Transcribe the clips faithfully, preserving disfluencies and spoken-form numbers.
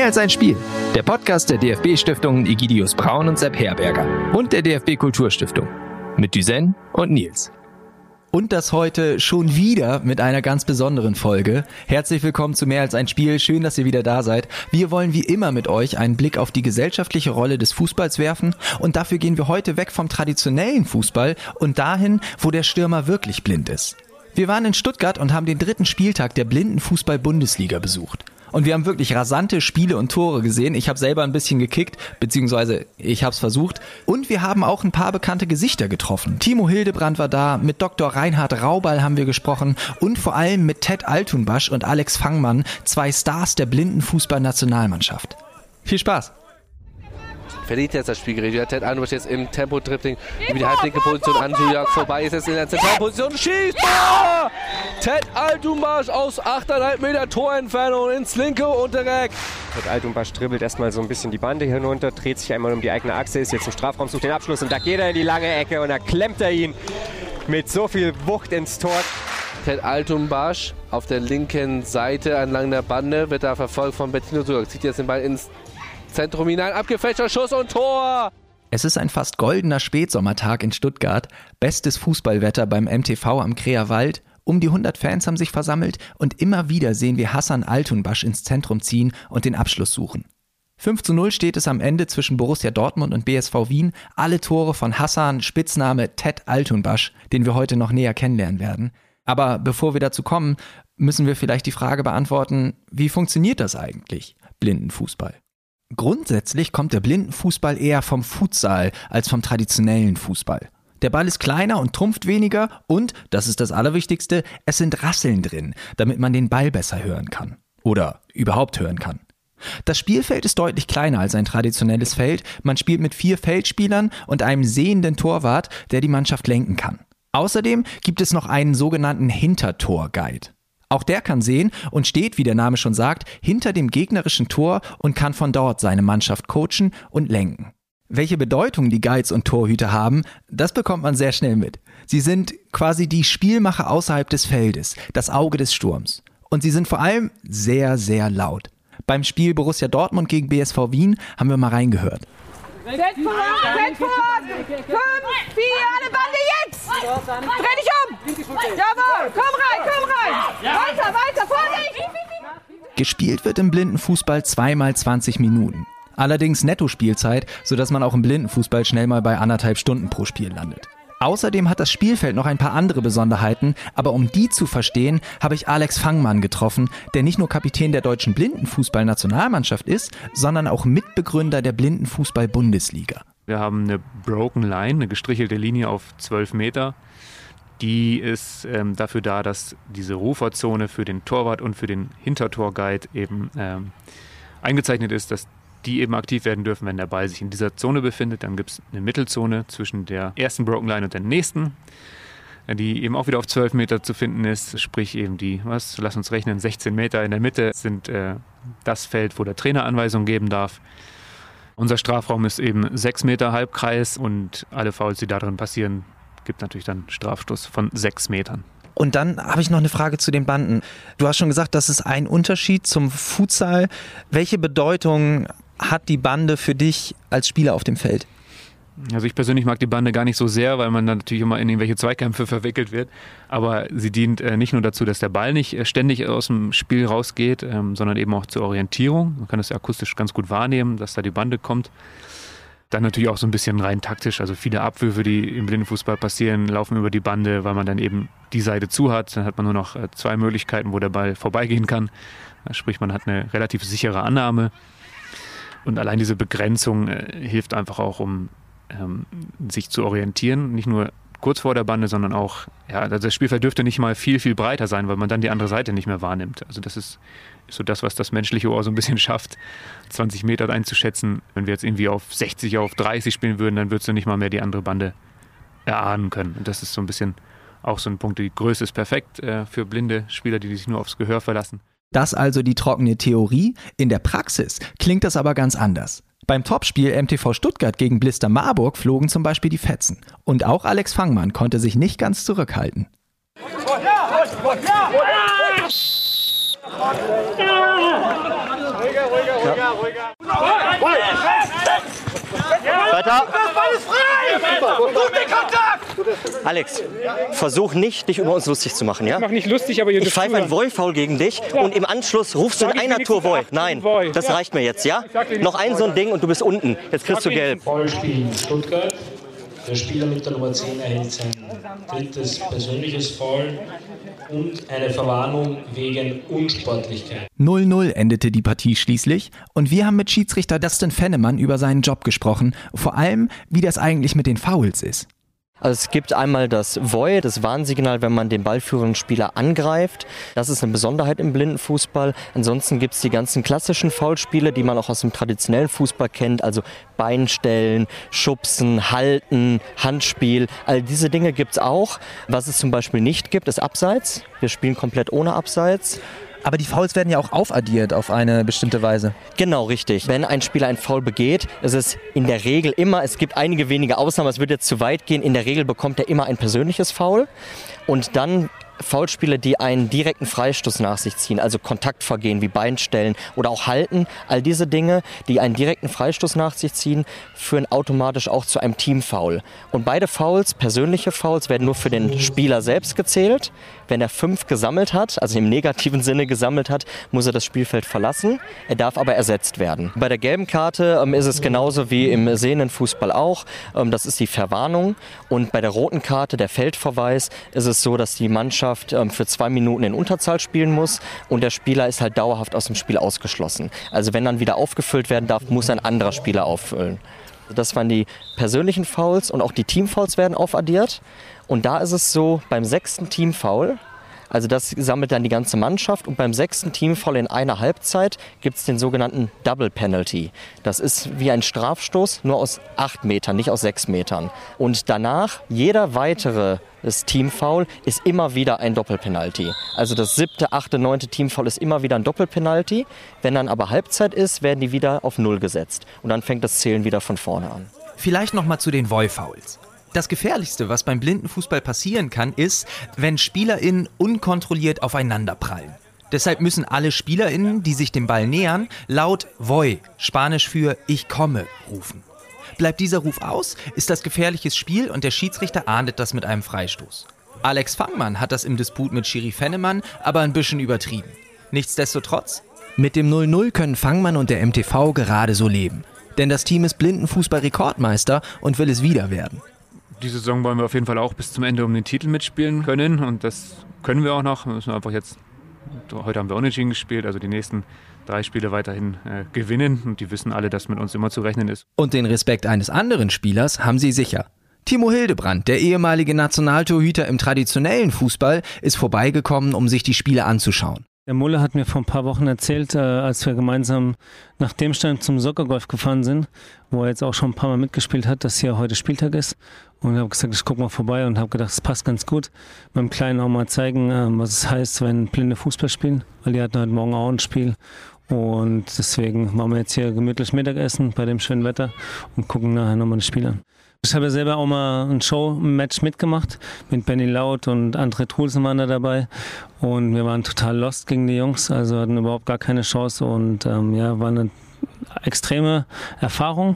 Mehr als ein Spiel. Der Podcast der D F B-Stiftungen Egidius Braun und Sepp Herberger und der D F B-Kulturstiftung mit Düsen und Nils. Und das heute schon wieder mit einer ganz besonderen Folge. Herzlich willkommen zu Mehr als ein Spiel. Schön, dass ihr wieder da seid. Wir wollen wie immer mit euch einen Blick auf die gesellschaftliche Rolle des Fußballs werfen. Und dafür gehen wir heute weg vom traditionellen Fußball und dahin, wo der Stürmer wirklich blind ist. Wir waren in Stuttgart und haben den dritten Spieltag der Blindenfußball-Bundesliga besucht. Und wir haben wirklich rasante Spiele und Tore gesehen. Ich habe selber ein bisschen gekickt, beziehungsweise ich habe es versucht. Und wir haben auch ein paar bekannte Gesichter getroffen. Timo Hildebrand war da, mit Doktor Reinhard Raubal haben wir gesprochen und vor allem mit Ted Altunbasch und Alex Fangmann, zwei Stars der Blindenfußball-Nationalmannschaft. Viel Spaß! Verliert jetzt das Spielgerät. Ja, Ted Altunbasch jetzt im Tempo-Tripling über die halblinke Position an Jujak vorbei. Ist jetzt in der zentralen Position. Schießt! Tor! Ted Altunbasch aus acht Komma fünf Meter Torentfernung ins linke Untereck. Ted Altunbasch dribbelt erstmal so ein bisschen die Bande hinunter, dreht sich einmal um die eigene Achse, ist jetzt im Strafraum, sucht den Abschluss und da geht er in die lange Ecke und da klemmt er ihn mit so viel Wucht ins Tor. Ted Altunbasch auf der linken Seite entlang der Bande wird da verfolgt von Bettino Jujak. Zieht jetzt den Ball ins Zentrum hinein, abgefälschter Schuss und Tor! Es ist ein fast goldener Spätsommertag in Stuttgart, bestes Fußballwetter beim M T V am Kreer Wald, um die hundert Fans haben sich versammelt und immer wieder sehen wir Hassan Altunbasch ins Zentrum ziehen und den Abschluss suchen. fünf zu null steht es am Ende zwischen Borussia Dortmund und B S V Wien, alle Tore von Hassan, Spitzname Ted Altunbasch, den wir heute noch näher kennenlernen werden. Aber bevor wir dazu kommen, müssen wir vielleicht die Frage beantworten, wie funktioniert das eigentlich, Blindenfußball? Grundsätzlich kommt der Blindenfußball eher vom Futsal als vom traditionellen Fußball. Der Ball ist kleiner und trumpft weniger und, das ist das Allerwichtigste, es sind Rasseln drin, damit man den Ball besser hören kann. Oder überhaupt hören kann. Das Spielfeld ist deutlich kleiner als ein traditionelles Feld. Man spielt mit vier Feldspielern und einem sehenden Torwart, der die Mannschaft lenken kann. Außerdem gibt es noch einen sogenannten Hintertor-Guide. Auch der kann sehen und steht, wie der Name schon sagt, hinter dem gegnerischen Tor und kann von dort seine Mannschaft coachen und lenken. Welche Bedeutung die Guides und Torhüter haben, das bekommt man sehr schnell mit. Sie sind quasi die Spielmacher außerhalb des Feldes, das Auge des Sturms. Und sie sind vor allem sehr, sehr laut. Beim Spiel Borussia Dortmund gegen B S V Wien haben wir mal reingehört. Setz voran, setz voran! Fünf, vier, eine Bande jetzt! Dreh dich um! Jawohl, komm rein, komm rein! Weiter, weiter, Vorsicht! Gespielt wird im Blindenfußball zweimal zwanzig Minuten. Allerdings Netto-Spielzeit, sodass man auch im Blindenfußball schnell mal bei anderthalb Stunden pro Spiel landet. Außerdem hat das Spielfeld noch ein paar andere Besonderheiten, aber um die zu verstehen, habe ich Alex Fangmann getroffen, der nicht nur Kapitän der deutschen Blindenfußball-Nationalmannschaft ist, sondern auch Mitbegründer der Blindenfußball-Bundesliga. Wir haben eine Broken Line, eine gestrichelte Linie auf zwölf Meter. Die ist ähm, dafür da, dass diese Ruferzone für den Torwart und für den Hintertorguide eben ähm, eingezeichnet ist, dass die eben aktiv werden dürfen, wenn der Ball sich in dieser Zone befindet. Dann gibt es eine Mittelzone zwischen der ersten Broken Line und der nächsten, die eben auch wieder auf zwölf Meter zu finden ist. Sprich eben die, was, lass uns rechnen, sechzehn Meter in der Mitte sind äh, das Feld, wo der Trainer Anweisungen geben darf. Unser Strafraum ist eben sechs Meter Halbkreis und alle Fouls, die da drin passieren, gibt natürlich dann Strafstoß von sechs Metern. Und dann habe ich noch eine Frage zu den Banden. Du hast schon gesagt, das ist ein Unterschied zum Futsal. Welche Bedeutung hat die Bande für dich als Spieler auf dem Feld? Also ich persönlich mag die Bande gar nicht so sehr, weil man dann natürlich immer in irgendwelche Zweikämpfe verwickelt wird. Aber sie dient äh, nicht nur dazu, dass der Ball nicht äh, ständig aus dem Spiel rausgeht, ähm, sondern eben auch zur Orientierung. Man kann das ja akustisch ganz gut wahrnehmen, dass da die Bande kommt. Dann natürlich auch so ein bisschen rein taktisch. Also viele Abwürfe, die im Blindenfußball passieren, laufen über die Bande, weil man dann eben die Seite zu hat. Dann hat man nur noch äh, zwei Möglichkeiten, wo der Ball vorbeigehen kann. Sprich, man hat eine relativ sichere Annahme. Und allein diese Begrenzung äh, hilft einfach auch, um ähm, sich zu orientieren. Nicht nur kurz vor der Bande, sondern auch, ja, also das Spielfeld dürfte nicht mal viel, viel breiter sein, weil man dann die andere Seite nicht mehr wahrnimmt. Also das ist so das, was das menschliche Ohr so ein bisschen schafft, zwanzig Meter einzuschätzen. Wenn wir jetzt irgendwie auf sechzig, auf dreißig spielen würden, dann würdest du nicht mal mehr die andere Bande erahnen können. Und das ist so ein bisschen auch so ein Punkt. Die Größe ist perfekt äh, für blinde Spieler, die sich nur aufs Gehör verlassen. Das also die trockene Theorie. In der Praxis klingt das aber ganz anders. Beim Topspiel M T V Stuttgart gegen Blister Marburg flogen zum Beispiel die Fetzen. Und auch Alex Fangmann konnte sich nicht ganz zurückhalten. Ruhiger, ruhiger, ruhiger, ruhiger. Weiter. Das Ball ist frei! Gut den Kontakt! Alex, versuch nicht, dich über uns lustig zu machen, ja? Ich mach nicht lustig, aber ihr Ich pfeife ein Voi-Foul gegen dich ja. und im Anschluss rufst du in einer Tour Voi. Nein, das ja. reicht mir jetzt, ja? Noch ein so ein Ding und du bist unten. Jetzt kriegst du gelb. Foulspiel in Stuttgart. Der Spieler mit der Nummer zehn erhält sein drittes persönliches Foul und eine Verwarnung wegen Unsportlichkeit. null null endete die Partie schließlich und wir haben mit Schiedsrichter Dustin Fennemann über seinen Job gesprochen, vor allem, wie das eigentlich mit den Fouls ist. Also es gibt einmal das Voi, das Warnsignal, wenn man den ballführenden Spieler angreift. Das ist eine Besonderheit im Blindenfußball. Ansonsten gibt es die ganzen klassischen Foulspiele, die man auch aus dem traditionellen Fußball kennt. Also Beinstellen, Schubsen, Halten, Handspiel. All diese Dinge gibt es auch. Was es zum Beispiel nicht gibt, ist Abseits. Wir spielen komplett ohne Abseits. Aber die Fouls werden ja auch aufaddiert auf eine bestimmte Weise. Genau, richtig. Wenn ein Spieler ein Foul begeht, ist es in der Regel immer, es gibt einige wenige Ausnahmen, es würde jetzt zu weit gehen, in der Regel bekommt er immer ein persönliches Foul. Und dann Foulspiele, die einen direkten Freistoß nach sich ziehen, also Kontaktvergehen wie Beinstellen oder auch Halten, all diese Dinge, die einen direkten Freistoß nach sich ziehen, führen automatisch auch zu einem Teamfoul. Und beide Fouls, persönliche Fouls, werden nur für den Spieler selbst gezählt. Wenn er fünf gesammelt hat, also im negativen Sinne gesammelt hat, muss er das Spielfeld verlassen. Er darf aber ersetzt werden. Bei der gelben Karte ähm, ist es genauso wie im sehenden Fußball auch. Ähm, das ist die Verwarnung. Und bei der roten Karte, der Feldverweis, ist es so, dass die Mannschaft ähm, für zwei Minuten in Unterzahl spielen muss und der Spieler ist halt dauerhaft aus dem Spiel ausgeschlossen. Also wenn dann wieder aufgefüllt werden darf, muss ein anderer Spieler auffüllen. Das waren die persönlichen Fouls und auch die Teamfouls werden aufaddiert. Und da ist es so, beim sechsten Teamfoul, also das sammelt dann die ganze Mannschaft und beim sechsten Teamfoul in einer Halbzeit gibt es den sogenannten Double Penalty. Das ist wie ein Strafstoß, nur aus acht Metern, nicht aus sechs Metern. Und danach, jeder weitere das Teamfoul ist immer wieder ein Doppelpenalty. Also das siebte, achte, neunte Teamfoul ist immer wieder ein Doppelpenalty. Wenn dann aber Halbzeit ist, werden die wieder auf Null gesetzt. Und dann fängt das Zählen wieder von vorne an. Vielleicht nochmal zu den Voi-Fouls. Das Gefährlichste, was beim Blindenfußball passieren kann, ist, wenn SpielerInnen unkontrolliert aufeinander prallen. Deshalb müssen alle SpielerInnen, die sich dem Ball nähern, laut Voi, Spanisch für Ich komme, rufen. Bleibt dieser Ruf aus, ist das gefährliches Spiel und der Schiedsrichter ahndet das mit einem Freistoß. Alex Fangmann hat das im Disput mit Schiri Fennemann aber ein bisschen übertrieben. Nichtsdestotrotz, mit dem null null können Fangmann und der M T V gerade so leben. Denn das Team ist Blindenfußball-Rekordmeister und will es wieder werden. Diese Saison wollen wir auf jeden Fall auch bis zum Ende um den Titel mitspielen können und das können wir auch noch. Wir müssen einfach jetzt, heute haben wir unentschieden gespielt, also die nächsten drei Spiele weiterhin äh, gewinnen und die wissen alle, dass mit uns immer zu rechnen ist. Und den Respekt eines anderen Spielers haben sie sicher. Timo Hildebrand, der ehemalige Nationaltorhüter im traditionellen Fußball, ist vorbeigekommen, um sich die Spiele anzuschauen. Der Mulle hat mir vor ein paar Wochen erzählt, äh, als wir gemeinsam nach Demstein zum Soccergolf gefahren sind, wo er jetzt auch schon ein paar Mal mitgespielt hat, dass hier heute Spieltag ist. Und ich habe gesagt, ich gucke mal vorbei und habe gedacht, es passt ganz gut. Meinem Kleinen auch mal zeigen, äh, was es heißt, wenn Blinde Fußball spielen, weil die hatten heute Morgen auch ein Spiel. Und deswegen machen wir jetzt hier gemütlich Mittagessen bei dem schönen Wetter und gucken nachher nochmal das Spiel an. Ich habe ja selber auch mal ein Show-Match mitgemacht mit Benny Laut und André Trulsen waren da dabei und wir waren total lost gegen die Jungs, also hatten überhaupt gar keine Chance und ähm, ja, war eine extreme Erfahrung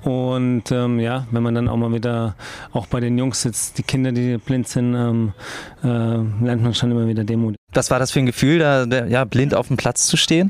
und ähm, ja, wenn man dann auch mal wieder auch bei den Jungs sitzt, die Kinder, die blind sind, ähm, äh, lernt man schon immer wieder Demut. Was war das für ein Gefühl, da ja, blind auf dem Platz zu stehen?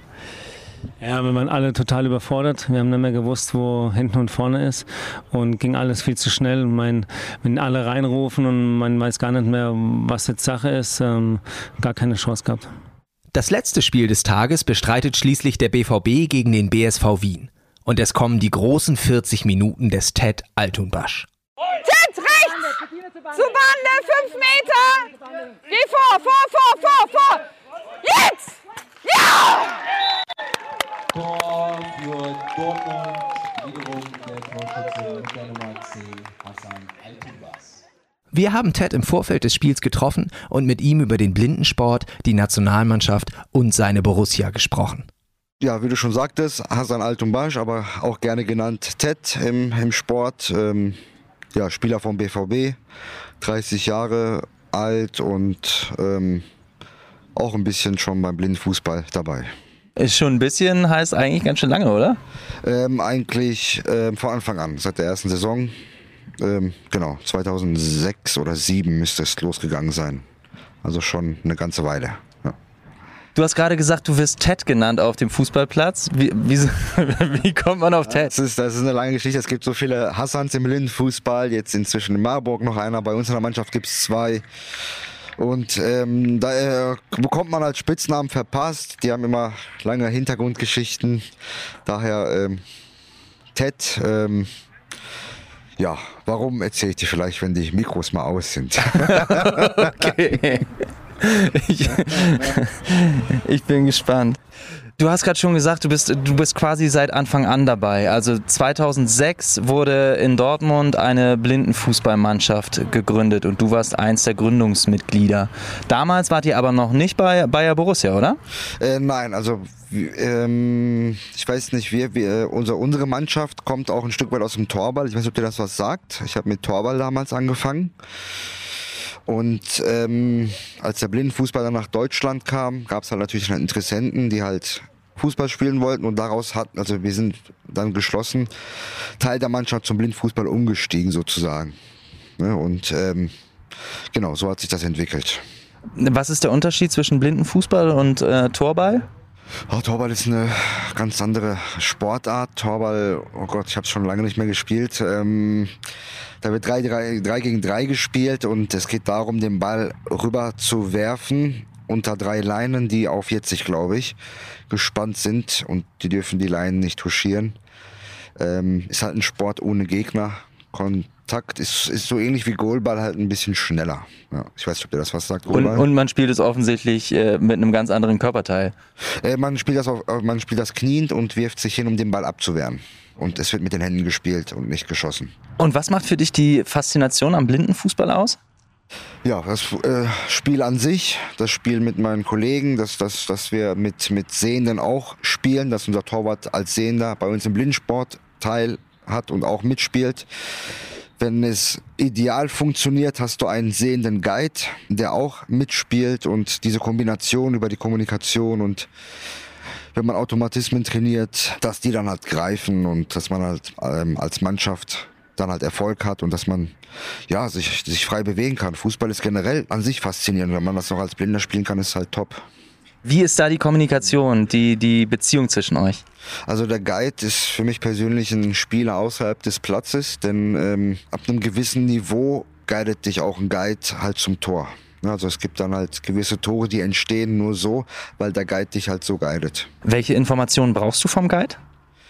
Ja, wir waren alle total überfordert. Wir haben nicht mehr gewusst, wo hinten und vorne ist und ging alles viel zu schnell. Mein, wenn alle reinrufen und man weiß gar nicht mehr, was jetzt Sache ist, ähm, gar keine Chance gehabt. Das letzte Spiel des Tages bestreitet schließlich der B V B gegen den B S V Wien. Und es kommen die großen vierzig Minuten des Ted Altunbasch. Ted rechts! Zu Bande, fünf Meter! Geh vor, vor, vor, vor, vor! Jetzt! Ja! Tor für Dortmund, wiederum der Torschütze mit der Nummer zehn, Hassan Altunbasch. Wir haben Ted im Vorfeld des Spiels getroffen und mit ihm über den Blindensport, die Nationalmannschaft und seine Borussia gesprochen. Ja, wie du schon sagtest, Hassan Altunbasch, aber auch gerne genannt Ted im, im Sport. Ähm, ja, Spieler vom B V B, dreißig Jahre alt und ähm, auch ein bisschen schon beim Blindenfußball dabei. Ist schon ein bisschen, heißt eigentlich ganz schön lange, oder? Ähm, eigentlich ähm, von Anfang an, seit der ersten Saison. Ähm, genau, zweitausendsechs oder zweitausendsieben müsste es losgegangen sein. Also schon eine ganze Weile. Ja. Du hast gerade gesagt, du wirst Ted genannt auf dem Fußballplatz. Wie, wie, wie kommt man auf Ted? Das ist, das ist eine lange Geschichte. Es gibt so viele Hassans im Blindenfußball. Jetzt inzwischen in Marburg noch einer. Bei uns in der Mannschaft gibt es zwei. Und ähm, da äh, bekommt man als Spitznamen verpasst. Die haben immer lange Hintergrundgeschichten. Daher ähm, Ted. Ähm, ja, warum erzähle ich dir vielleicht, wenn die Mikros mal aus sind? Okay. Ich, ich bin gespannt. Du hast gerade schon gesagt, du bist, du bist quasi seit Anfang an dabei. Also zweitausendsechs wurde in Dortmund eine Blindenfußballmannschaft gegründet und du warst eins der Gründungsmitglieder. Damals wart ihr aber noch nicht bei Bayer Borussia, oder? Äh, nein, also ähm, ich weiß nicht, wir, wir unsere, unsere Mannschaft kommt auch ein Stück weit aus dem Torball. Ich weiß nicht, ob dir das was sagt. Ich habe mit Torball damals angefangen. Und ähm, als der Blindenfußball dann nach Deutschland kam, gab es halt natürlich Interessenten, die halt Fußball spielen wollten. Und daraus hat, also wir sind dann geschlossen, Teil der Mannschaft zum Blindenfußball umgestiegen sozusagen. Ja, und ähm, genau, so hat sich das entwickelt. Was ist der Unterschied zwischen Blindenfußball und äh, Torball? Oh, Torball ist eine ganz andere Sportart. Torball, oh Gott, ich habe es schon lange nicht mehr gespielt. Ähm, da wird drei, drei, drei gegen drei gespielt und es geht darum, den Ball rüber zu werfen unter drei Leinen, die auf vierzig, glaube ich, gespannt sind und die dürfen die Leinen nicht touchieren. Ähm, ist halt ein Sport ohne Gegner. Kontakt ist, ist so ähnlich wie Goalball, halt ein bisschen schneller. Ja, ich weiß nicht, ob dir das was sagt. Und, und man spielt es offensichtlich äh, mit einem ganz anderen Körperteil. Äh, man, spielt das auf, man spielt das kniend und wirft sich hin, um den Ball abzuwehren. Und es wird mit den Händen gespielt und nicht geschossen. Und was macht für dich die Faszination am Blindenfußball aus? Ja, das äh, Spiel an sich, das Spiel mit meinen Kollegen, dass das, dass wir mit, mit Sehenden auch spielen, dass unser Torwart als Sehender bei uns im Blindensport teil hat und auch mitspielt. Wenn es ideal funktioniert, hast du einen sehenden Guide, der auch mitspielt und diese Kombination über die Kommunikation und wenn man Automatismen trainiert, dass die dann halt greifen und dass man halt ähm, als Mannschaft dann halt Erfolg hat und dass man ja sich, sich frei bewegen kann. Fußball ist generell an sich faszinierend. Wenn man das noch als Blinder spielen kann, ist halt top. Wie ist da die Kommunikation, die, die Beziehung zwischen euch? Also der Guide ist für mich persönlich ein Spieler außerhalb des Platzes, denn ähm, ab einem gewissen Niveau guidet dich auch ein Guide halt zum Tor. Also es gibt dann halt gewisse Tore, die entstehen nur so, weil der Guide dich halt so guidet. Welche Informationen brauchst du vom Guide?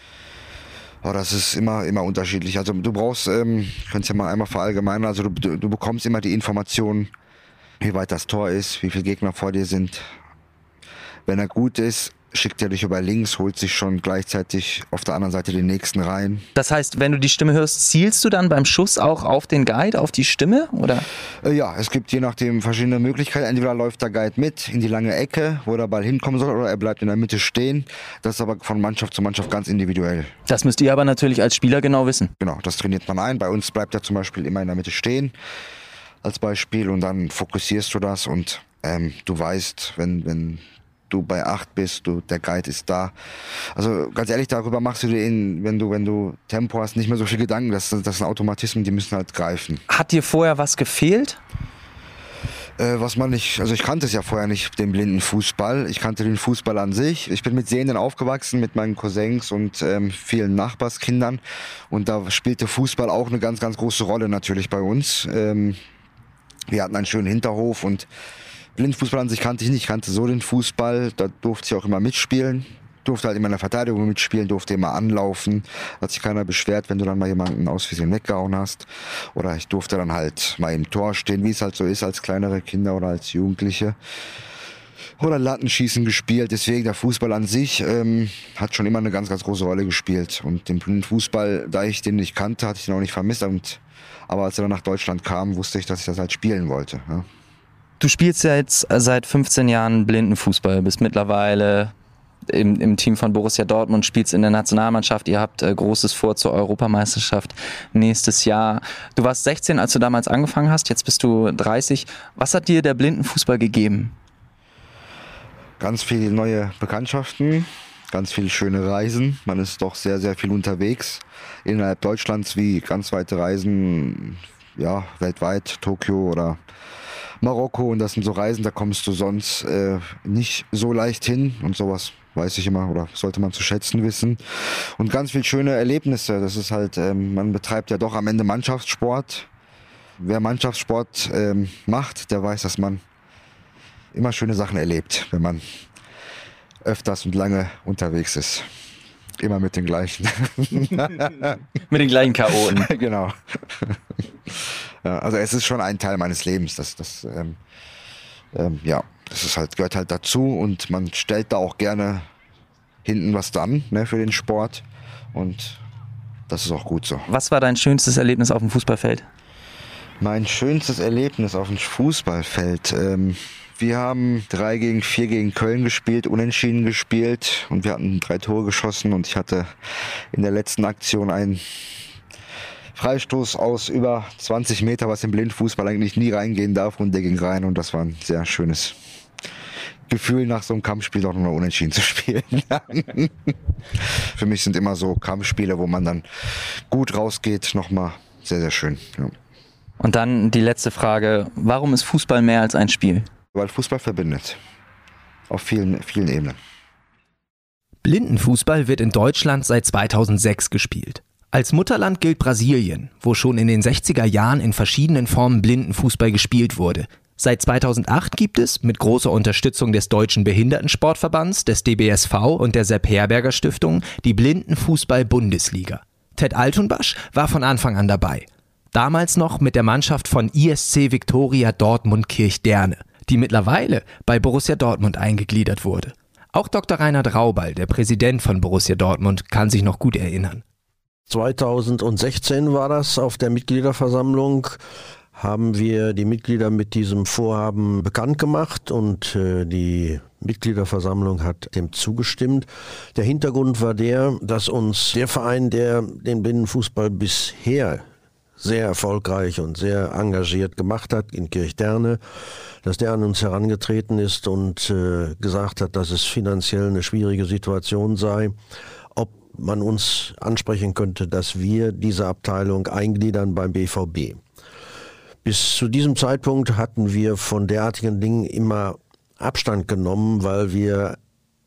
Oh, das ist immer, immer unterschiedlich. Also du brauchst, ähm, ich könnte es ja mal einmal verallgemeinern, also du, du, du bekommst immer die Informationen, wie weit das Tor ist, wie viele Gegner vor dir sind. Wenn er gut ist, schickt er dich über links, holt sich schon gleichzeitig auf der anderen Seite den nächsten rein. Das heißt, wenn du die Stimme hörst, zielst du dann beim Schuss auch auf den Guide, auf die Stimme, oder? Äh, ja, es gibt je nachdem verschiedene Möglichkeiten. Entweder läuft der Guide mit in die lange Ecke, wo der Ball hinkommen soll, oder er bleibt in der Mitte stehen. Das ist aber von Mannschaft zu Mannschaft ganz individuell. Das müsst ihr aber natürlich als Spieler genau wissen. Genau, das trainiert man ein. Bei uns bleibt er zum Beispiel immer in der Mitte stehen, als Beispiel, und dann fokussierst du das und ähm, du weißt, wenn, wenn du bei acht bist, du, der Guide ist da. Also ganz ehrlich, darüber machst du dir, in, wenn du wenn du Tempo hast, nicht mehr so viel Gedanken. Das, das sind Automatismen, die müssen halt greifen. Hat dir vorher was gefehlt? Äh, was man nicht, also ich kannte es ja vorher nicht, den Blindenfußball. Ich kannte den Fußball an sich. Ich bin mit Sehenden aufgewachsen, mit meinen Cousins und ähm, vielen Nachbarskindern. Und da spielte Fußball auch eine ganz, ganz große Rolle natürlich bei uns. Ähm, wir hatten einen schönen Hinterhof und Blindenfußball an sich kannte ich nicht, ich kannte so den Fußball, da durfte ich auch immer mitspielen, durfte halt immer in der Verteidigung mitspielen, durfte immer anlaufen, hat sich keiner beschwert, wenn du dann mal jemanden aus Versehen weggehauen hast, oder ich durfte dann halt mal im Tor stehen, wie es halt so ist als kleinere Kinder oder als Jugendliche, oder Lattenschießen gespielt, deswegen der Fußball an sich ähm, hat schon immer eine ganz, ganz große Rolle gespielt und den Blindenfußball, da ich den nicht kannte, hatte ich den auch nicht vermisst, und, aber als er dann nach Deutschland kam, wusste ich, dass ich das halt spielen wollte, ja. Du spielst ja jetzt seit fünfzehn Jahren Blindenfußball, bist mittlerweile im, im Team von Borussia Dortmund, spielst in der Nationalmannschaft, ihr habt äh, Großes vor zur Europameisterschaft nächstes Jahr. Du warst sechzehn, als du damals angefangen hast, jetzt bist du dreißig. Was hat dir der Blindenfußball gegeben? ganz viele neue Bekanntschaften, ganz viele schöne Reisen. Man ist doch sehr, sehr viel unterwegs. Innerhalb Deutschlands wie ganz weite Reisen, ja, weltweit, Tokio oder Marokko. Und das sind so Reisen, da kommst du sonst äh, nicht so leicht hin. Und sowas weiß ich immer oder sollte man zu schätzen wissen. Und ganz viele schöne Erlebnisse. Das ist halt, ähm, man betreibt ja doch am Ende Mannschaftssport. Wer Mannschaftssport ähm, macht, der weiß, dass man immer schöne Sachen erlebt, wenn man öfters und lange unterwegs ist. Immer mit den gleichen. Mit den gleichen Chaoten. Genau. Ja, also es ist schon ein Teil meines Lebens. Das, das, ähm, ähm, ja, das ist halt, gehört halt dazu und man stellt da auch gerne hinten was dran, ne, für den Sport und das ist auch gut so. Was war dein schönstes Erlebnis auf dem Fußballfeld? Mein schönstes Erlebnis auf dem Fußballfeld. Ähm, wir haben drei gegen vier gegen Köln gespielt, unentschieden gespielt und wir hatten drei Tore geschossen und ich hatte in der letzten Aktion einen Freistoß aus über zwanzig Meter, was im Blindfußball eigentlich nie reingehen darf und der ging rein und das war ein sehr schönes Gefühl, nach so einem Kampfspiel auch noch unentschieden zu spielen. Für mich sind immer so Kampfspiele, wo man dann gut rausgeht, nochmal sehr, sehr schön. Ja. Und dann die letzte Frage, warum ist Fußball mehr als ein Spiel? Weil Fußball verbindet. Auf vielen, vielen Ebenen. Blindenfußball wird in Deutschland seit zweitausendsechs gespielt. Als Mutterland gilt Brasilien, wo schon in den sechziger Jahren in verschiedenen Formen Blindenfußball gespielt wurde. Seit zweitausendacht gibt es, mit großer Unterstützung des Deutschen Behindertensportverbands, des D B S V und der Sepp Herberger Stiftung, die Blindenfußball-Bundesliga. Ted Altunbasch war von Anfang an dabei. Damals noch mit der Mannschaft von I S C Viktoria Dortmund Kirchderne, die mittlerweile bei Borussia Dortmund eingegliedert wurde. Auch Doktor Reinhard Raubal, der Präsident von Borussia Dortmund, kann sich noch gut erinnern. zweitausendsechzehn war das auf der Mitgliederversammlung, haben wir die Mitglieder mit diesem Vorhaben bekannt gemacht und äh, die Mitgliederversammlung hat dem zugestimmt. Der Hintergrund war der, dass uns der Verein, der den Blindenfußball bisher sehr erfolgreich und sehr engagiert gemacht hat in Kirchderne, dass der an uns herangetreten ist und äh, gesagt hat, dass es finanziell eine schwierige Situation sei, ob man uns ansprechen könnte, dass wir diese Abteilung eingliedern beim B V B. Bis zu diesem Zeitpunkt hatten wir von derartigen Dingen immer Abstand genommen, weil wir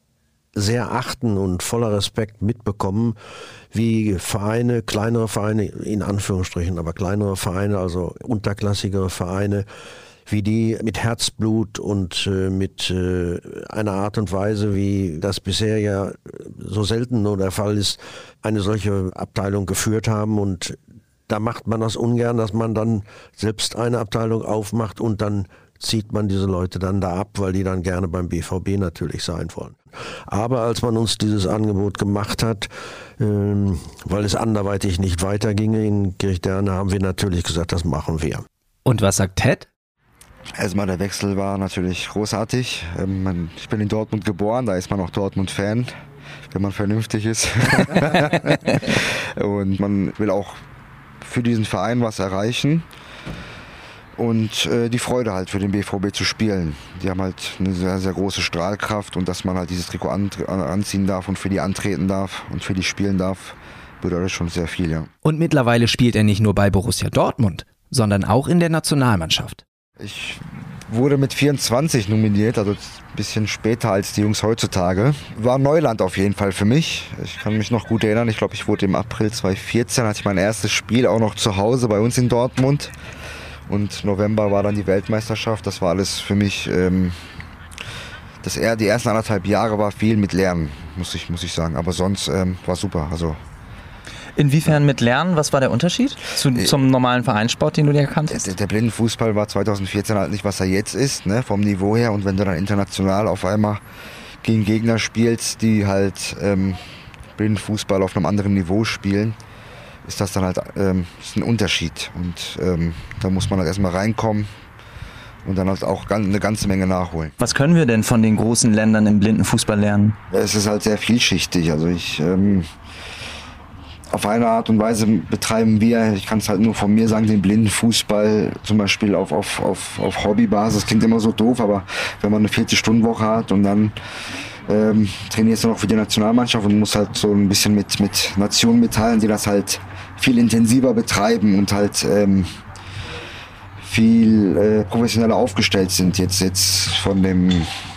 sehr achten und voller Respekt mitbekommen, wie Vereine, kleinere Vereine, in Anführungsstrichen, aber kleinere Vereine, also unterklassigere Vereine, wie die mit Herzblut und äh, mit äh, einer Art und Weise, wie das bisher ja so selten nur der Fall ist, eine solche Abteilung geführt haben. Und da macht man das ungern, dass man dann selbst eine Abteilung aufmacht und dann zieht man diese Leute dann da ab, weil die dann gerne beim B V B natürlich sein wollen. Aber als man uns dieses Angebot gemacht hat, ähm, weil es anderweitig nicht weiterginge in Kirchderne, haben wir natürlich gesagt, das machen wir. Und was sagt Ted? Erstmal der Wechsel war natürlich großartig. Ähm, man, ich bin in Dortmund geboren, da ist man auch Dortmund-Fan, wenn man vernünftig ist. Und man will auch für diesen Verein was erreichen. Und äh, die Freude halt für den B V B zu spielen. Die haben halt eine sehr, sehr große Strahlkraft und dass man halt dieses Trikot an, anziehen darf und für die antreten darf und für die spielen darf, bedeutet schon sehr viel, ja. Und mittlerweile spielt er nicht nur bei Borussia Dortmund, sondern auch in der Nationalmannschaft. Ich wurde mit vierundzwanzig nominiert, also ein bisschen später als die Jungs heutzutage. War Neuland auf jeden Fall für mich. Ich kann mich noch gut erinnern, ich glaube, ich wurde im April zweitausendvierzehn, hatte ich mein erstes Spiel auch noch zu Hause bei uns in Dortmund. Und November war dann die Weltmeisterschaft. Das war alles für mich, ähm, das eher die ersten anderthalb Jahre war viel mit Lernen, muss ich, muss ich sagen. Aber sonst ähm, war super. Also Inwiefern mit Lernen? Was war der Unterschied zu, zum normalen Vereinssport, den du dir kanntest? Der, der Blindenfußball war zweitausendvierzehn halt nicht, was er jetzt ist, ne, vom Niveau her. Und wenn du dann international auf einmal gegen Gegner spielst, die halt ähm, Blindenfußball auf einem anderen Niveau spielen, ist das dann halt ähm, ist ein Unterschied. Und ähm, da muss man halt erstmal reinkommen und dann halt auch eine ganze Menge nachholen. Was können wir denn von den großen Ländern im Blindenfußball lernen? Es ist halt sehr vielschichtig. Also ich, ähm, auf eine Art und Weise betreiben wir, ich kann es halt nur von mir sagen, den Blindenfußball zum Beispiel auf, auf, auf, auf Hobbybasis. Klingt immer so doof, aber wenn man eine vierzig-Stunden-Woche hat und dann ähm, trainierst du noch für die Nationalmannschaft und musst halt so ein bisschen mit, mit Nationen mitteilen, die das halt viel intensiver betreiben und halt ähm, viel äh, professioneller aufgestellt sind jetzt, jetzt von dem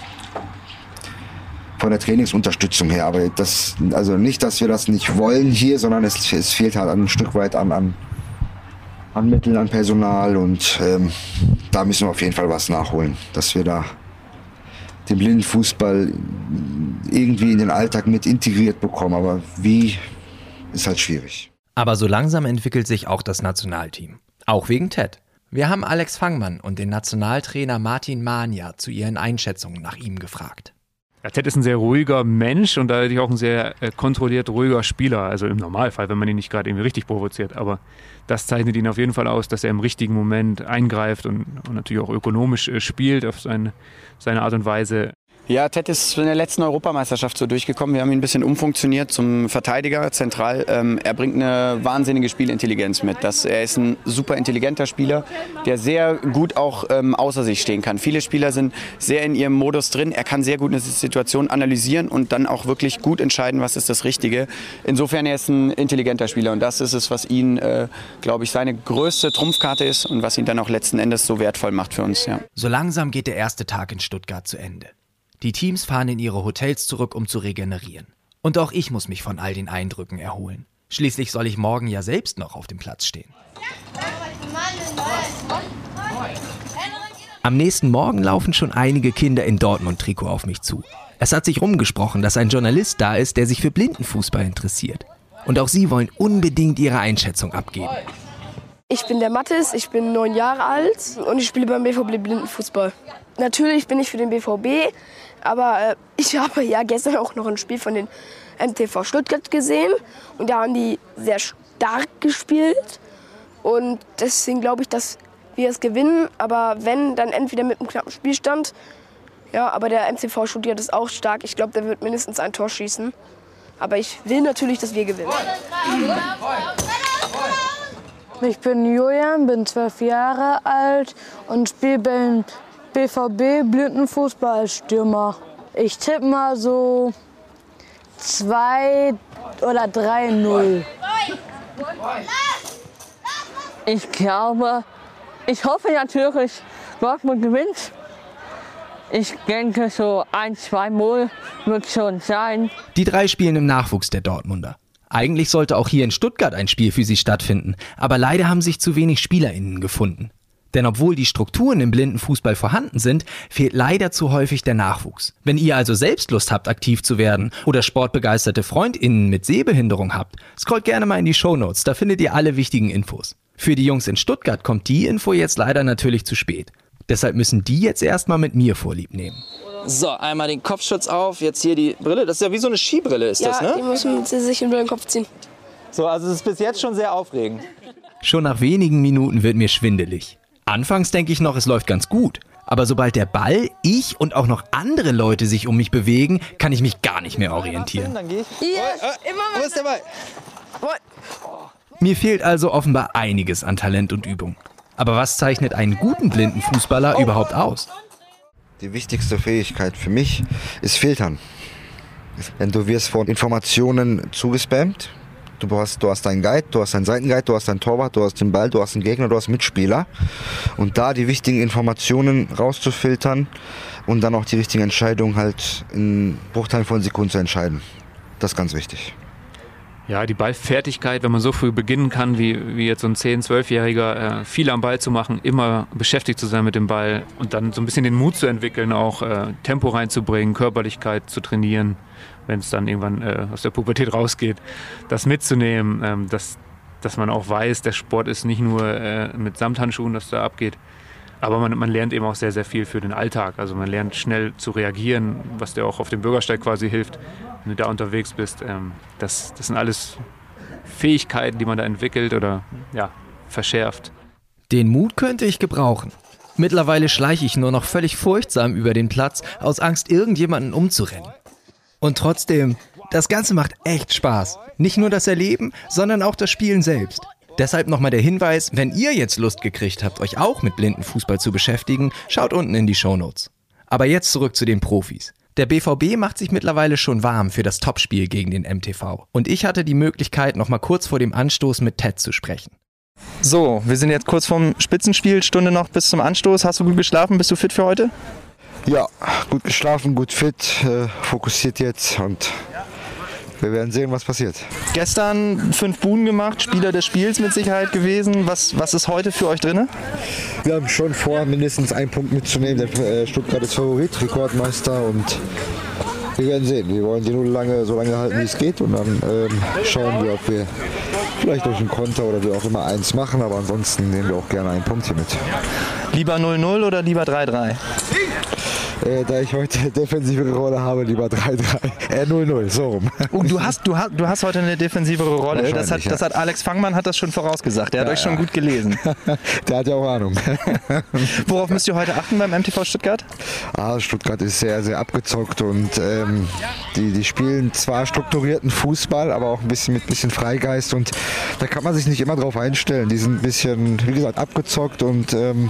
von der Trainingsunterstützung her. Aber das, also nicht, dass wir das nicht wollen hier, sondern es, es fehlt halt ein Stück weit an, an, an Mitteln, an Personal und ähm, da müssen wir auf jeden Fall was nachholen, dass wir da den Blindenfußball irgendwie in den Alltag mit integriert bekommen. Aber wie, ist halt schwierig. Aber so langsam entwickelt sich auch das Nationalteam. Auch wegen Ted. Wir haben Alex Fangmann und den Nationaltrainer Martin Mania zu ihren Einschätzungen nach ihm gefragt. Ja, Ted ist ein sehr ruhiger Mensch und dadurch auch ein sehr äh, kontrolliert ruhiger Spieler. Also im Normalfall, wenn man ihn nicht gerade irgendwie richtig provoziert. Aber das zeichnet ihn auf jeden Fall aus, dass er im richtigen Moment eingreift und, und natürlich auch ökonomisch äh, spielt auf seine, seine Art und Weise. Ja, Ted ist in der letzten Europameisterschaft so durchgekommen. Wir haben ihn ein bisschen umfunktioniert zum Verteidiger zentral. Ähm, er bringt eine wahnsinnige Spielintelligenz mit. Das, er ist ein super intelligenter Spieler, der sehr gut auch ähm, außer sich stehen kann. Viele Spieler sind sehr in ihrem Modus drin. Er kann sehr gut eine Situation analysieren und dann auch wirklich gut entscheiden, was ist das Richtige. Insofern er ist ein intelligenter Spieler und das ist es, was ihn, äh, glaube ich, seine größte Trumpfkarte ist und was ihn dann auch letzten Endes so wertvoll macht für uns. Ja. So langsam geht der erste Tag in Stuttgart zu Ende. Die Teams fahren in ihre Hotels zurück, um zu regenerieren. Und auch ich muss mich von all den Eindrücken erholen. Schließlich soll ich morgen ja selbst noch auf dem Platz stehen. Am nächsten Morgen laufen schon einige Kinder in Dortmund-Trikot auf mich zu. Es hat sich rumgesprochen, dass ein Journalist da ist, der sich für Blindenfußball interessiert. Und auch sie wollen unbedingt ihre Einschätzung abgeben. Ich bin der Mathis, ich bin neun Jahre alt und ich spiele beim B V B Blindenfußball. Natürlich bin ich für den B V B, aber äh, ich habe ja gestern auch noch ein Spiel von den M T V Stuttgart gesehen und da haben die sehr stark gespielt und deswegen glaube ich, dass wir es gewinnen, aber wenn, dann entweder mit einem knappen Spielstand. Ja, aber der M T V Stuttgart ist auch stark, ich glaube, der wird mindestens ein Tor schießen, aber ich will natürlich, dass wir gewinnen. Ich bin Julian, bin zwölf Jahre alt und spiele beim B V B Blindenfußball als Stürmer. Ich tippe mal so zwei oder drei null. Ich glaube, ich hoffe natürlich, Dortmund gewinnt. Ich denke, so ein, zwei null wird schon sein. Die drei spielen im Nachwuchs der Dortmunder. Eigentlich sollte auch hier in Stuttgart ein Spiel für sie stattfinden, aber leider haben sich zu wenig SpielerInnen gefunden. Denn obwohl die Strukturen im Blindenfußball vorhanden sind, fehlt leider zu häufig der Nachwuchs. Wenn ihr also selbst Lust habt, aktiv zu werden oder sportbegeisterte FreundInnen mit Sehbehinderung habt, scrollt gerne mal in die Shownotes, da findet ihr alle wichtigen Infos. Für die Jungs in Stuttgart kommt die Info jetzt leider natürlich zu spät. Deshalb müssen die jetzt erstmal mit mir Vorlieb nehmen. So, einmal den Kopfschutz auf, jetzt hier die Brille. Das ist ja wie so eine Skibrille, ist ja, das, ne? Ja, die müssen sie sich über den Kopf ziehen. So, also es ist bis jetzt schon sehr aufregend. Schon nach wenigen Minuten wird mir schwindelig. Anfangs denke ich noch, es läuft ganz gut. Aber sobald der Ball, ich und auch noch andere Leute sich um mich bewegen, kann ich mich gar nicht mehr orientieren. Dann gehe ich. Hier, oh, immer Wo ist der Ball? Mir fehlt also offenbar einiges an Talent und Übung. Aber was zeichnet einen guten Blindenfußballer überhaupt aus? Die wichtigste Fähigkeit für mich ist Filtern. Denn du wirst von Informationen zugespammt. Du hast, du hast deinen Guide, du hast deinen Seitenguide, du hast deinen Torwart, du hast den Ball, du hast einen Gegner, du hast Mitspieler. Und da die wichtigen Informationen rauszufiltern und dann auch die richtigen Entscheidungen halt in Bruchteilen von Sekunden zu entscheiden. Das ist ganz wichtig. Ja, die Ballfertigkeit, wenn man so früh beginnen kann, wie, wie jetzt so ein zehn-, zwölfjähriger, äh, viel am Ball zu machen, immer beschäftigt zu sein mit dem Ball und dann so ein bisschen den Mut zu entwickeln, auch äh, Tempo reinzubringen, Körperlichkeit zu trainieren, wenn es dann irgendwann äh, aus der Pubertät rausgeht, das mitzunehmen, ähm, dass, dass man auch weiß, der Sport ist nicht nur äh, mit Samthandschuhen, dass da abgeht, aber man, man lernt eben auch sehr, sehr viel für den Alltag. Also man lernt schnell zu reagieren, was dir auch auf dem Bürgersteig quasi hilft, wenn du da unterwegs bist. Ähm, das, das sind alles Fähigkeiten, die man da entwickelt oder ja, verschärft. Den Mut könnte ich gebrauchen. Mittlerweile schleiche ich nur noch völlig furchtsam über den Platz, aus Angst, irgendjemanden umzurennen. Und trotzdem, Das Ganze macht echt Spaß. Nicht nur das Erleben, sondern auch das Spielen selbst. Deshalb nochmal der Hinweis, wenn ihr jetzt Lust gekriegt habt, euch auch mit Blindenfußball zu beschäftigen, schaut unten in die Shownotes. Aber jetzt zurück zu den Profis. Der B V B macht sich mittlerweile schon warm für das Topspiel gegen den M T V. Und ich hatte die Möglichkeit, nochmal kurz vor dem Anstoß mit Ted zu sprechen. So, wir sind jetzt kurz vorm Spitzenspiel, Stunde noch bis zum Anstoß. Hast du gut geschlafen? Bist du fit für heute? Ja, gut geschlafen, gut fit, äh, fokussiert jetzt und wir werden sehen, was passiert. Gestern fünf Buden gemacht, Spieler des Spiels mit Sicherheit gewesen. Was, was ist heute für euch drin? Wir haben schon vor, mindestens einen Punkt mitzunehmen. Der äh, Stuttgart ist Favorit, Rekordmeister und wir werden sehen. Wir wollen die Null lange, so lange halten, wie es geht und dann ähm, schauen wir, ob wir vielleicht durch einen Konter oder wie auch immer eins machen, aber ansonsten nehmen wir auch gerne einen Punkt hier mit. Lieber null null oder lieber drei drei? Äh, da ich heute defensivere Rolle habe, lieber drei drei. Äh, null null, so rum. Oh, du hast, du, hast, du hast heute eine defensivere Rolle. Das hat, ja. das hat Alex Fangmann hat das schon vorausgesagt. Der hat ja, euch schon ja. gut gelesen. Der hat ja auch Ahnung. Worauf müsst ihr heute achten beim M T V Stuttgart? Ah, Stuttgart ist sehr, sehr abgezockt und ähm, die, die spielen zwar strukturierten Fußball, aber auch ein bisschen mit ein bisschen Freigeist und da kann man sich nicht immer drauf einstellen. Die sind ein bisschen, wie gesagt, abgezockt und ähm,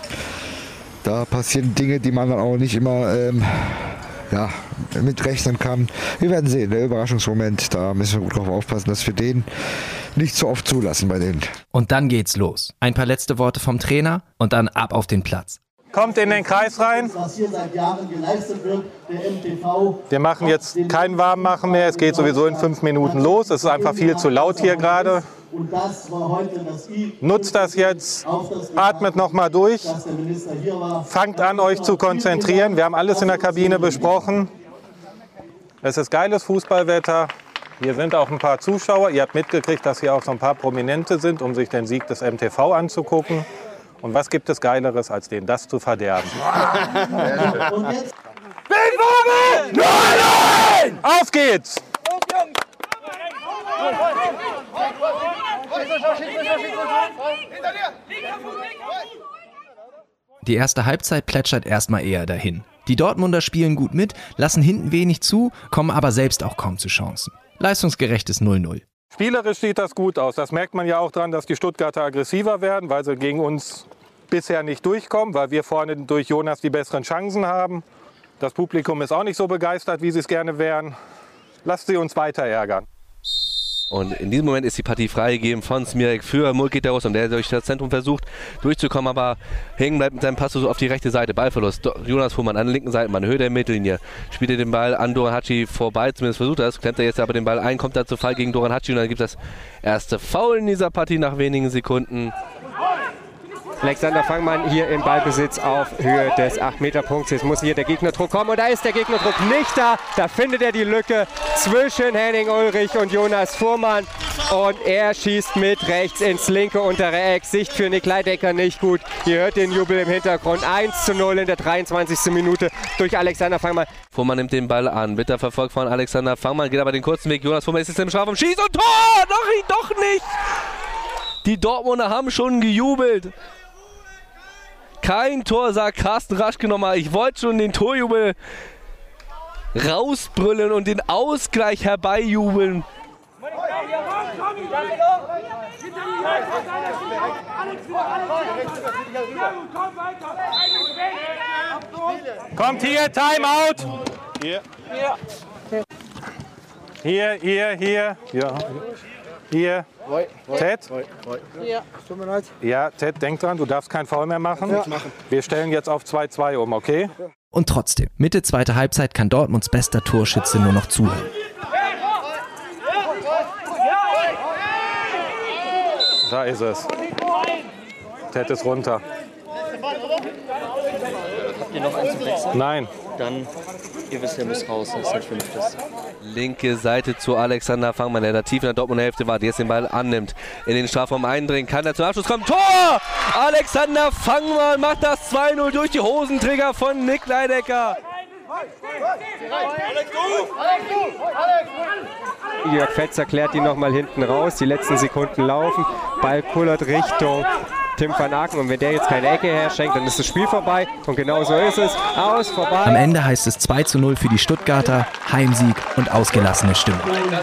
da passieren Dinge, die man dann auch nicht immer ähm, ja, mitrechnen kann. Wir werden sehen, der Überraschungsmoment, da müssen wir gut drauf aufpassen, dass wir den nicht so oft zulassen bei denen. Und dann geht's los. Ein paar letzte Worte vom Trainer und dann ab auf den Platz. Kommt in den Kreis rein. Was hier seit Jahren geleistet wird, der M T V. Wir machen jetzt kein Warmmachen mehr, es geht sowieso in fünf Minuten los. Es ist einfach viel zu laut hier gerade. Und das war heute das I. Nutzt das jetzt, atmet noch mal durch, fangt an, euch zu konzentrieren. Wir haben alles in der Kabine besprochen. Es ist geiles Fußballwetter. Hier sind auch ein paar Zuschauer. Ihr habt mitgekriegt, dass hier auch so ein paar Prominente sind, um sich den Sieg des M T V anzugucken. Und was gibt es Geileres, als denen das zu verderben? Und jetzt B V B! neun neun! Auf geht's! Die erste Halbzeit plätschert erstmal eher dahin. Die Dortmunder spielen gut mit, lassen hinten wenig zu, kommen aber selbst auch kaum zu Chancen. Leistungsgerechtes null null. Spielerisch sieht das gut aus. Das merkt man ja auch daran, dass die Stuttgarter aggressiver werden, weil sie gegen uns bisher nicht durchkommen, weil wir vorne durch Jonas die besseren Chancen haben. Das Publikum ist auch nicht so begeistert, wie sie es gerne wären. Lasst sie uns weiter ärgern. Und in diesem Moment ist die Partie freigegeben von Smirek für Mulkiterus und der durch das Zentrum versucht durchzukommen, aber hängen bleibt mit seinem Pass auf die rechte Seite. Ballverlust. Jonas Fuhrmann an der linken Seite, man Höhe der Mittellinie. Spielt er den Ball an Doran Hatschi vorbei, zumindest versucht er es. Klemmt er jetzt aber den Ball ein, kommt da zu Fall gegen Doran Hatschi und dann gibt es das erste Foul in dieser Partie nach wenigen Sekunden. Alexander Fangmann hier im Ballbesitz auf Höhe des acht Meter Punkts. Jetzt muss hier der Gegnerdruck kommen und da ist der Gegnerdruck nicht da. Da findet er die Lücke zwischen Henning Ulrich und Jonas Fuhrmann und er schießt mit rechts ins linke untere Eck. Sicht für Nick Leidecker nicht gut. Ihr hört den Jubel im Hintergrund. eins zu null in der dreiundzwanzigsten Minute durch Alexander Fangmann. Fuhrmann nimmt den Ball an, wird da verfolgt von Alexander Fangmann, geht aber den kurzen Weg. Jonas Fuhrmann ist jetzt im Strafraum, schießt und Tor! Doch, doch nicht! Die Dortmunder haben schon gejubelt. Kein Tor, sagt Carsten Raschke nochmal. Ich wollte schon den Torjubel rausbrüllen und den Ausgleich herbeijubeln. Kommt hier, Timeout! Hier. Hier, hier, hier. Ja. Hier. Ted? Ja, Ted, denk dran, du darfst keinen Foul mehr machen. Ja. Wir stellen jetzt auf zwei zwei um, okay? Und trotzdem, Mitte zweite Halbzeit kann Dortmunds bester Torschütze nur noch zuhören. Da ist es. Ted ist runter. Habt ihr noch einen zum Wechseln? Nein. Dann, ihr wisst, der muss raus, das ist halt fünftes. Linke Seite zu Alexander Fangmann, der da tief in der Dortmunder Hälfte war, der jetzt den Ball annimmt, in den Strafraum eindringen kann, der zum Abschluss kommt. Tor! Alexander Fangmann macht das zwei null durch die Hosenträger von Nick Leidecker. Jörg Fetzer klärt ihn noch mal hinten raus. Die letzten Sekunden laufen. Ball kullert Richtung Tim van Aken. Und wenn der jetzt keine Ecke herschenkt, dann ist das Spiel vorbei. Und genau so ist es. Aus, vorbei. Am Ende heißt es zwei zu null für die Stuttgarter, Heimsieg und ausgelassene Stimmung.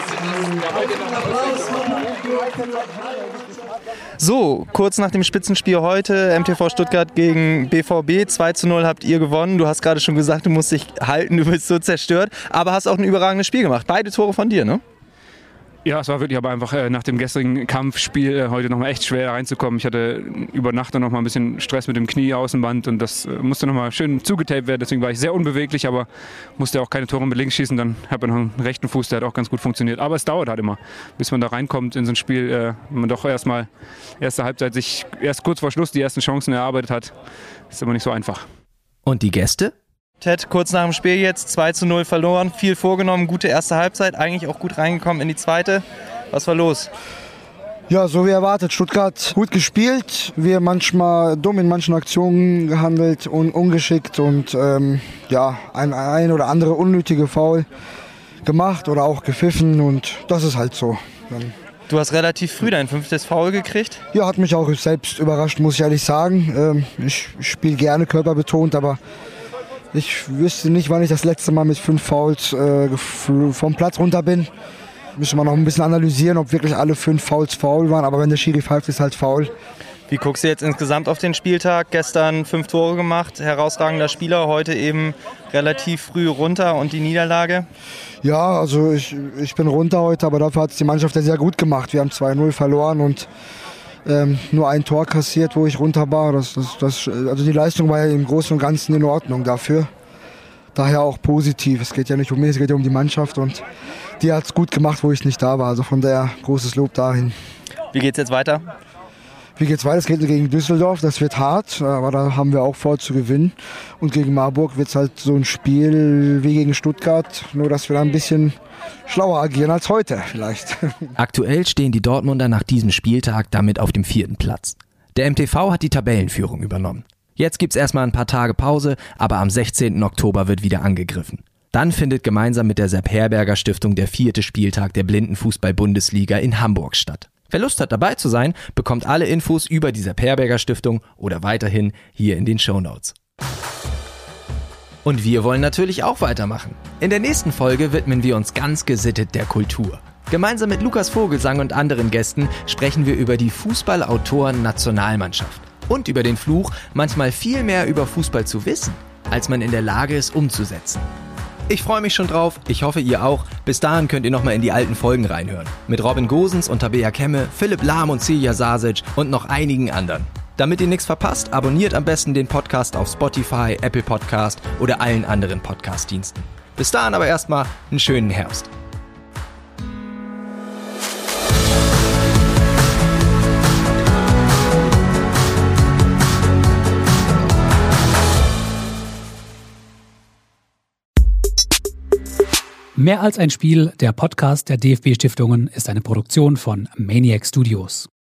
So, kurz nach dem Spitzenspiel heute, M T V Stuttgart gegen B V B, zwei zu null habt ihr gewonnen. Du hast gerade schon gesagt, du musst dich halten, du bist so zerstört, aber hast auch ein überragendes Spiel gemacht. Beide Tore von dir, ne? Ja, es war wirklich aber einfach äh, nach dem gestrigen Kampfspiel äh, heute nochmal echt schwer reinzukommen. Ich hatte über Nacht dann nochmal ein bisschen Stress mit dem Knie, Außenband und das äh, musste nochmal schön zugetaped werden. Deswegen war ich sehr unbeweglich, aber musste auch keine Tore mit links schießen. Dann hat man noch einen rechten Fuß, der hat auch ganz gut funktioniert. Aber es dauert halt immer, bis man da reinkommt in so ein Spiel. Äh, wenn man doch erstmal erste Halbzeit sich erst kurz vor Schluss die ersten Chancen erarbeitet hat, ist immer nicht so einfach. Und die Gäste? Ted, kurz nach dem Spiel jetzt, zwei zu null verloren, viel vorgenommen, gute erste Halbzeit, eigentlich auch gut reingekommen in die zweite. Was war los? Ja, so wie erwartet. Stuttgart gut gespielt, wir manchmal dumm in manchen Aktionen gehandelt und ungeschickt und ähm, ja, ein, ein oder andere unnötige Foul gemacht oder auch gepfiffen und das ist halt so. Dann Du hast relativ früh dein fünftes Foul gekriegt? Ja, hat mich auch selbst überrascht, muss ich ehrlich sagen. Ähm, ich spiele gerne körperbetont, aber ich wüsste nicht, wann ich das letzte Mal mit fünf Fouls äh, vom Platz runter bin. Müssen wir noch ein bisschen analysieren, ob wirklich alle fünf Fouls faul waren. Aber wenn der Schiri pfeift, ist halt faul. Wie guckst du jetzt insgesamt auf den Spieltag? Gestern fünf Tore gemacht, herausragender Spieler, heute eben relativ früh runter und die Niederlage? Ja, also ich, ich bin runter heute, aber dafür hat es die Mannschaft ja sehr gut gemacht. Wir haben zwei null verloren und ähm, nur ein Tor kassiert, wo ich runter war. Das, das, das, also die Leistung war ja im Großen und Ganzen in Ordnung dafür. Daher auch positiv. Es geht ja nicht um mich, es geht ja um die Mannschaft und die hat es gut gemacht, wo ich nicht da war. Also von daher großes Lob dahin. Wie geht's jetzt weiter? Wie geht's weiter? Es geht gegen Düsseldorf, das wird hart, aber da haben wir auch vor zu gewinnen. Und gegen Marburg wird es halt so ein Spiel wie gegen Stuttgart, nur dass wir da ein bisschen schlauer agieren als heute vielleicht. Aktuell stehen die Dortmunder nach diesem Spieltag damit auf dem vierten Platz. Der M T V hat die Tabellenführung übernommen. Jetzt gibt's erstmal ein paar Tage Pause, aber am sechzehnten Oktober wird wieder angegriffen. Dann findet gemeinsam mit der Sepp Herberger Stiftung der vierte Spieltag der Blindenfußball-Bundesliga in Hamburg statt. Wer Lust hat, dabei zu sein, bekommt alle Infos über die Sepp Herberger Stiftung oder weiterhin hier in den Shownotes. Und wir wollen natürlich auch weitermachen. In der nächsten Folge widmen wir uns ganz gesittet der Kultur. Gemeinsam mit Lukas Vogelsang und anderen Gästen sprechen wir über die Fußballautoren-Nationalmannschaft und über den Fluch, manchmal viel mehr über Fußball zu wissen, als man in der Lage ist umzusetzen. Ich freue mich schon drauf, ich hoffe ihr auch. Bis dahin könnt ihr nochmal in die alten Folgen reinhören. Mit Robin Gosens und Tabea Kemme, Philipp Lahm und Celia Sasic und noch einigen anderen. Damit ihr nichts verpasst, abonniert am besten den Podcast auf Spotify, Apple Podcast oder allen anderen Podcast-Diensten. Bis dahin aber erstmal einen schönen Herbst. Mehr als ein Spiel, der Podcast der D F B-Stiftungen ist eine Produktion von Maniac Studios.